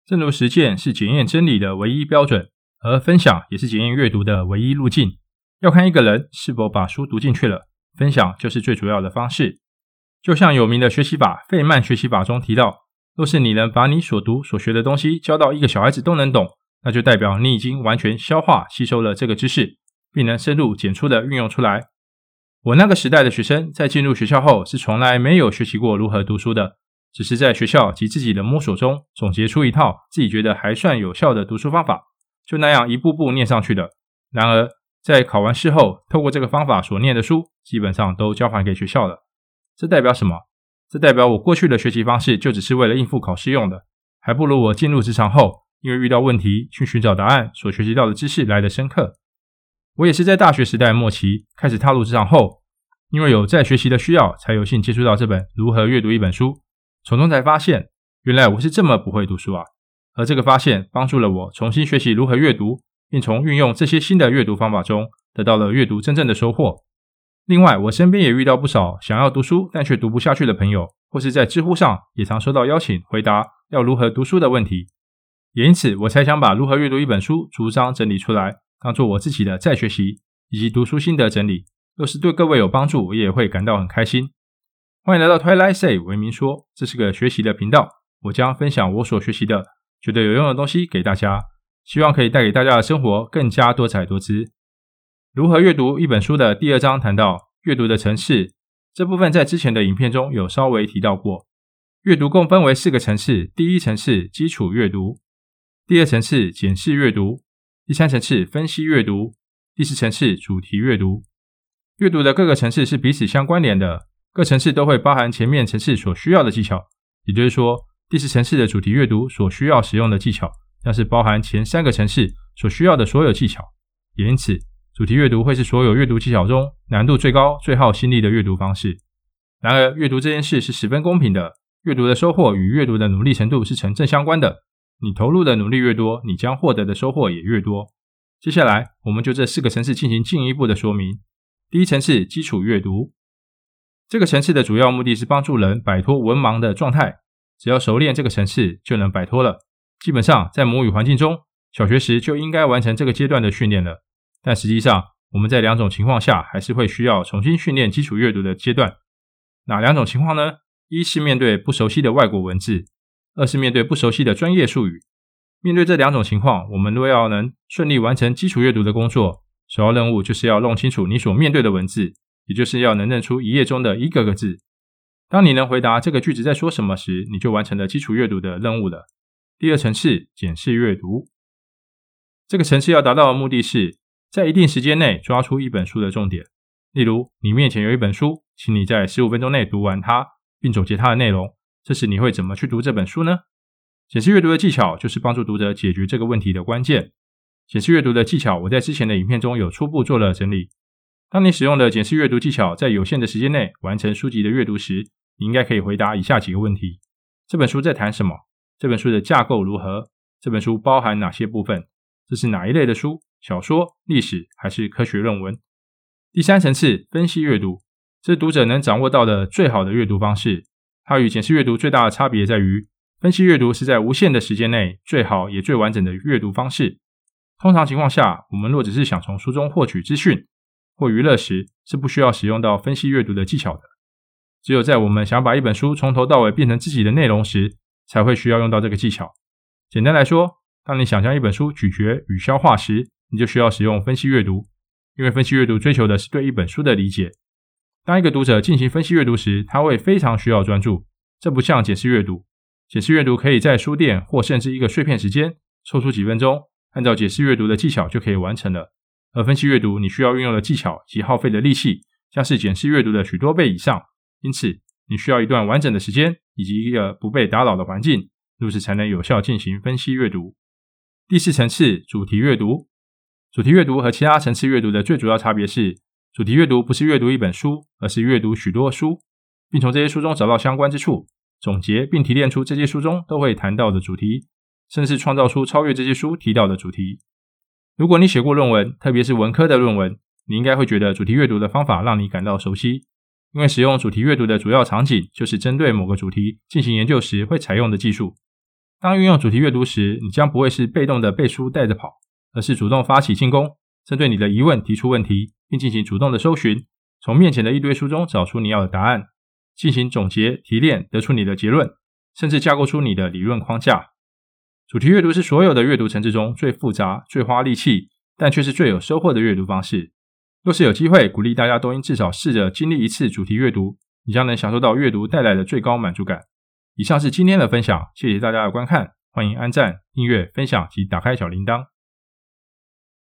正如实践是检验真理的唯一标准，而分享也是检验阅读的唯一路径。要看一个人是否把书读进去了，分享就是最主要的方式。就像有名的学习法费曼学习法中提到，若是你能把你所读所学的东西教到一个小孩子都能懂，那就代表你已经完全消化吸收了这个知识，并能深入浅出的运用出来。我那个时代的学生在进入学校后是从来没有学习过如何读书的，只是在学校及自己的摸索中总结出一套自己觉得还算有效的读书方法，就那样一步步念上去的。然而在考完试后，透过这个方法所念的书基本上都交还给学校了。这代表什么？这代表我过去的学习方式就只是为了应付考试用的，还不如我进入职场后因为遇到问题去寻找答案所学习到的知识来得深刻。我也是在大学时代末期开始踏入职场后，因为有在学习的需要，才有幸接触到这本《如何阅读一本书》，从中才发现原来我是这么不会读书啊。而这个发现帮助了我重新学习如何阅读，并从运用这些新的阅读方法中得到了阅读真正的收获。另外，我身边也遇到不少想要读书但却读不下去的朋友，或是在知乎上也常收到邀请回答要如何读书的问题。也因此我才想把如何阅读一本书逐章整理出来，当做我自己的再学习以及读书心得整理。若是对各位有帮助，我也会感到很开心。欢迎来到 Twilight Say 为民说，这是个学习的频道，我将分享我所学习的觉得有用的东西给大家，希望可以带给大家的生活更加多彩多姿。如何阅读一本书的第2章谈到阅读的层次，这部分在之前的影片中有稍微提到过。阅读共分为4个层次，第1层次基础阅读，第2层次检视阅读，第3层次分析阅读，第4层次主题阅读。阅读的各个层次是彼此相关联的，各层次都会包含前面层次所需要的技巧，也就是说第4层次的主题阅读所需要使用的技巧将是包含前3个层次所需要的所有技巧，也因此主题阅读会是所有阅读技巧中难度最高最耗心力的阅读方式。然而阅读这件事是十分公平的，阅读的收获与阅读的努力程度是成正相关的，你投入的努力越多，你将获得的收获也越多。接下来我们就这4个层次进行进一步的说明。第1层次基础阅读，这个层次的主要目的是帮助人摆脱文盲的状态，只要熟练这个层次就能摆脱了。基本上在母语环境中，小学时就应该完成这个阶段的训练了，但实际上我们在2种情况下还是会需要重新训练基础阅读的阶段。哪2种情况呢？一是面对不熟悉的外国文字，二是面对不熟悉的专业术语。面对这2种情况，我们若要能顺利完成基础阅读的工作，首要任务就是要弄清楚你所面对的文字，也就是要能认出一页中的一个个字。当你能回答这个句子在说什么时，你就完成了基础阅读的任务了。第2层次检视阅读，这个层次要达到的目的是在一定时间内抓出一本书的重点。例如你面前有一本书，请你在15分钟内读完它，并总结它的内容，这时你会怎么去读这本书呢？检视阅读的技巧就是帮助读者解决这个问题的关键。检视阅读的技巧我在之前的影片中有初步做了整理。当你使用的检视阅读技巧在有限的时间内完成书籍的阅读时，你应该可以回答以下几个问题：这本书在谈什么？这本书的架构如何？这本书包含哪些部分？这是哪一类的书？小说、历史还是科学论文？第3层次分析阅读，这是读者能掌握到的最好的阅读方式。它与检视阅读最大的差别在于，分析阅读是在无限的时间内最好也最完整的阅读方式。通常情况下，我们若只是想从书中获取资讯或娱乐时，是不需要使用到分析阅读的技巧的。只有在我们想把一本书从头到尾变成自己的内容时，才会需要用到这个技巧。简单来说，当你想将一本书咀嚼与消化时，你就需要使用分析阅读，因为分析阅读追求的是对一本书的理解。当一个读者进行分析阅读时，他会非常需要专注，这不像检视阅读。检视阅读可以在书店或甚至一个碎片时间抽出几分钟，按照检视阅读的技巧就可以完成了。而分析阅读你需要运用的技巧及耗费的力气将是检视阅读的许多倍以上，因此你需要一段完整的时间以及一个不被打扰的环境，如此才能有效进行分析阅读。第4层次主题阅读，主题阅读和其他层次阅读的最主要差别是，主题阅读不是阅读一本书，而是阅读许多书，并从这些书中找到相关之处，总结并提炼出这些书中都会谈到的主题，甚至创造出超越这些书提到的主题。如果你写过论文，特别是文科的论文，你应该会觉得主题阅读的方法让你感到熟悉，因为使用主题阅读的主要场景就是针对某个主题进行研究时会采用的技术。 当运用主题阅读时，你将不会是被动的被书带着跑，而是主动发起进攻，针对你的疑问提出问题，并进行主动的搜寻，从面前的一堆书中找出你要的答案，进行总结提炼，得出你的结论，甚至架构出你的理论框架。主题阅读是所有的阅读层次中最复杂、最花力气，但却是最有收获的阅读方式。若是有机会鼓励大家都应至少试着经历一次主题阅读，你将能享受到阅读带来的最高满足感。以上是今天的分享，谢谢大家的观看，欢迎按赞、订阅、分享及打开小铃铛。